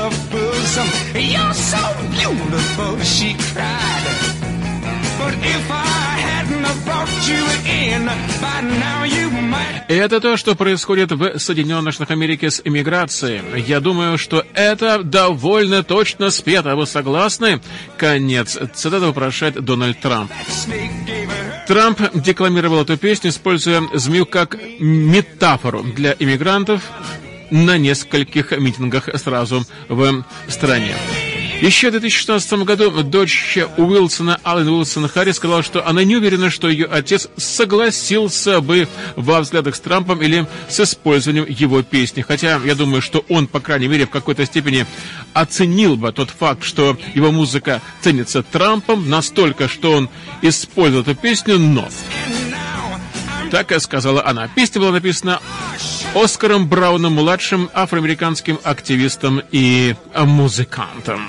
И это то, что происходит в Соединенных Штатах Америки с иммиграцией. Я думаю, что это довольно точно спето. Вы согласны? Конец цитаты вопрошает Дональд Трамп. Трамп декламировал эту песню, используя змею как метафору для иммигрантов на нескольких митингах сразу в стране. Еще в две тысячи шестнадцатом году дочь Уилсона, Аллен Уилсон Харрис, сказала, что она не уверена, что ее отец согласился бы во взглядах с Трампом или с использованием его песни. Хотя я думаю, что он, по крайней мере, в какой-то степени оценил бы тот факт, что его музыка ценится Трампом настолько, что он использует эту песню, но... Так и сказала она. Песня была написана Оскаром Брауном-младшим, афроамериканским активистом и музыкантом.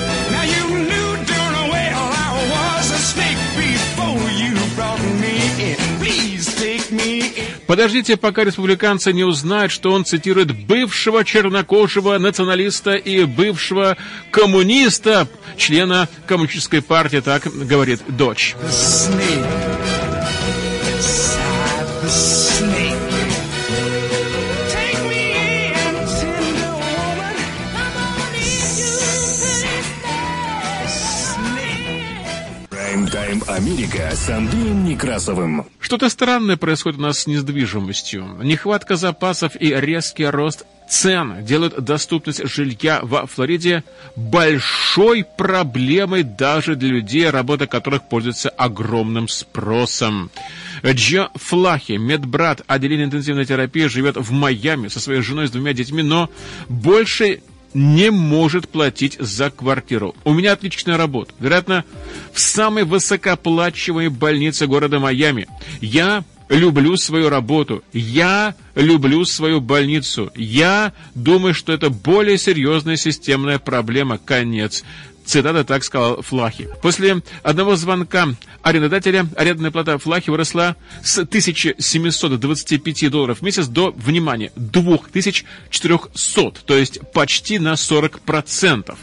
Подождите, пока республиканцы не узнают, что он цитирует бывшего чернокожего националиста и бывшего коммуниста, члена коммунистической партии, так говорит дочь. Прайм-тайм Америка с Андреем Некрасовым. Что-то странное происходит у нас с недвижимостью. Нехватка запасов и резкий рост цен делают доступность жилья во Флориде большой проблемой даже для людей, работа которых пользуется огромным спросом. Джо Флахи, медбрат отделения интенсивной терапии, живет в Майами со своей женой с двумя детьми, но больше не может платить за квартиру. У меня отличная работа. Вероятно, в самой высокооплачиваемой больнице города Майами. Я люблю свою работу. Я люблю свою больницу. Я думаю, что это более серьезная системная проблема. Конец. Цитата, так сказал Флахи. После одного звонка арендодателя арендная плата Флахи выросла с тысячи семисот двадцати пяти долларов в месяц до, внимание, две тысячи четырехсот, то есть почти на сорок процентов.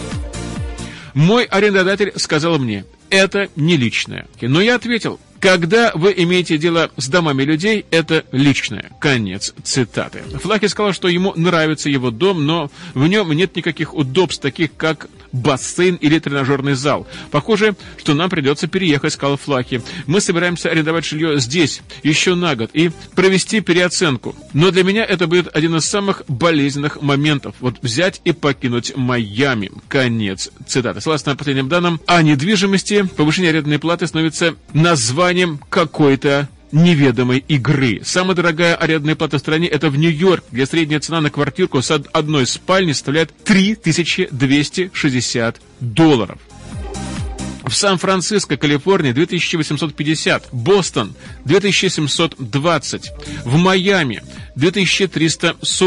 Мой арендодатель сказал мне, это не личное. Но я ответил, когда вы имеете дело с домами людей, это личное. Конец цитаты. Флахи сказал, что ему нравится его дом, но в нем нет никаких удобств, таких как бассейн или тренажерный зал. Похоже, что нам придется переехать, сказал Флахи. Мы собираемся арендовать жилье здесь еще на год и провести переоценку. Но для меня это будет один из самых болезненных моментов. Вот взять и покинуть Майами. Конец цитаты. Согласно последним данным о недвижимости, повышение арендной платы становится названием какой-то неведомой игры. Самая дорогая арендная плата в стране — это в Нью-Йорк, где средняя цена на квартирку с одной спальни составляет три тысячи двести шестьдесят долларов. В Сан-Франциско, Калифорния, две тысячи восемьсот пятьдесят, Бостон — две тысячи семьсот двадцать, в Майами — две тысячи триста сорок,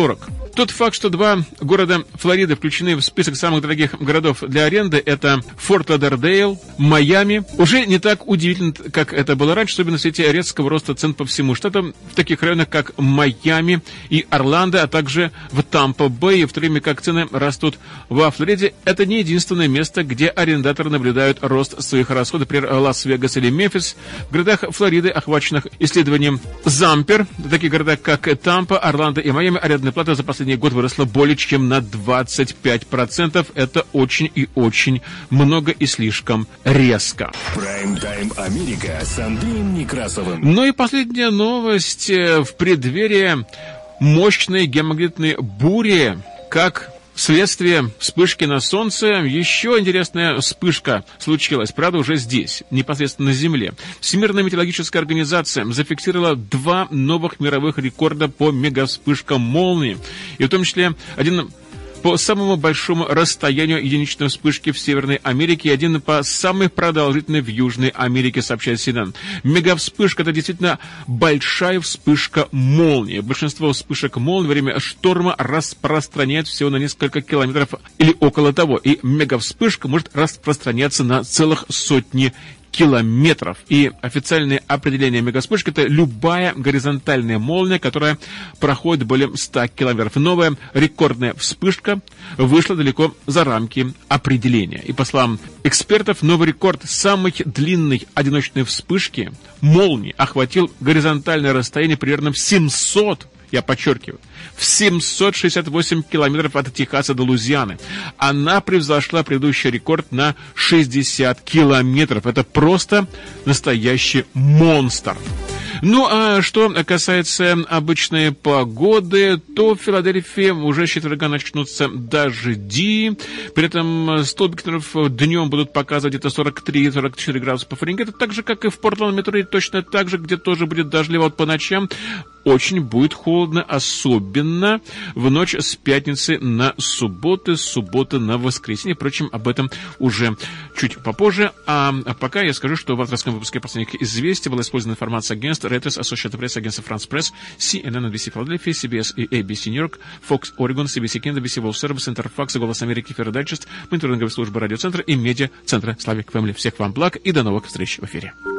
Тот факт, что два города Флориды включены в список самых дорогих городов для аренды, это Форт Лодердейл, Майами, уже не так удивительно, как это было раньше, особенно в свете резкого роста цен по всему штату, в таких районах, как Майами и Орландо, а также в Тампа-Бэй, в то время как цены растут во Флориде. Это не единственное место, где арендаторы наблюдают рост своих расходов, например, Лас-Вегас или Мемфис. В городах Флориды, охваченных исследованием Зампер, в таких городах, как Тампа, Орландо и Майами, арендная плата за последний год выросла более чем на двадцать пять процентов. Это очень и очень много и слишком резко. Прайм-тайм Америка с Андреем Некрасовым. Ну и последняя новость. В преддверии мощной геомагнитной бури, как вследствие вспышки на Солнце, еще интересная вспышка случилась, правда, уже здесь, непосредственно на Земле. Всемирная метеорологическая организация зафиксировала два новых мировых рекорда по мегавспышкам молнии, и в том числе один по самому большому расстоянию единичной вспышки в Северной Америке и один по самой продолжительной в Южной Америке, сообщает си эн эн. Мегавспышка — это действительно большая вспышка молнии. Большинство вспышек молнии во время шторма распространяется всего на несколько километров или около того, и мегавспышка может распространяться на целых сотни километров. И официальное определение мегавспышки — это любая горизонтальная молния, которая проходит более ста километров. Новая рекордная вспышка вышла далеко за рамки определения. И по словам экспертов, новый рекорд самой длинной одиночной вспышки молнии охватил горизонтальное расстояние примерно в семьсот, я подчеркиваю, в семьсот шестьдесят восемь километров от Техаса до Луизианы. Она превзошла предыдущий рекорд на шестьдесят километров. Это просто настоящий монстр. Ну, а что касается обычной погоды, то в Филадельфии уже с четверга начнутся дожди. При этом столбики днем будут показывать где-то сорок три - сорок четыре градуса по Фаренгейту, так же, как и в Портленд-Метро, точно так же, где тоже будет дождливо. Вот по ночам очень будет холодно, особенно в ночь с пятницы на субботу, с субботы на воскресенье. Впрочем, об этом уже чуть попозже. А пока я скажу, что в авторском выпуске последних известий была использована информация агентств Reuters, Associated Press, агентства France Press, си эн эн, эн би си Philadelphia, си би эс и эй би си New York, Fox Oregon, си би си Canada, би си World Service, Интерфакс, Голос Америки, Фердайджест, мониторинговая служба радиоцентра и медиа-центра Slavic Family. Всех вам благ и до новых встреч в эфире.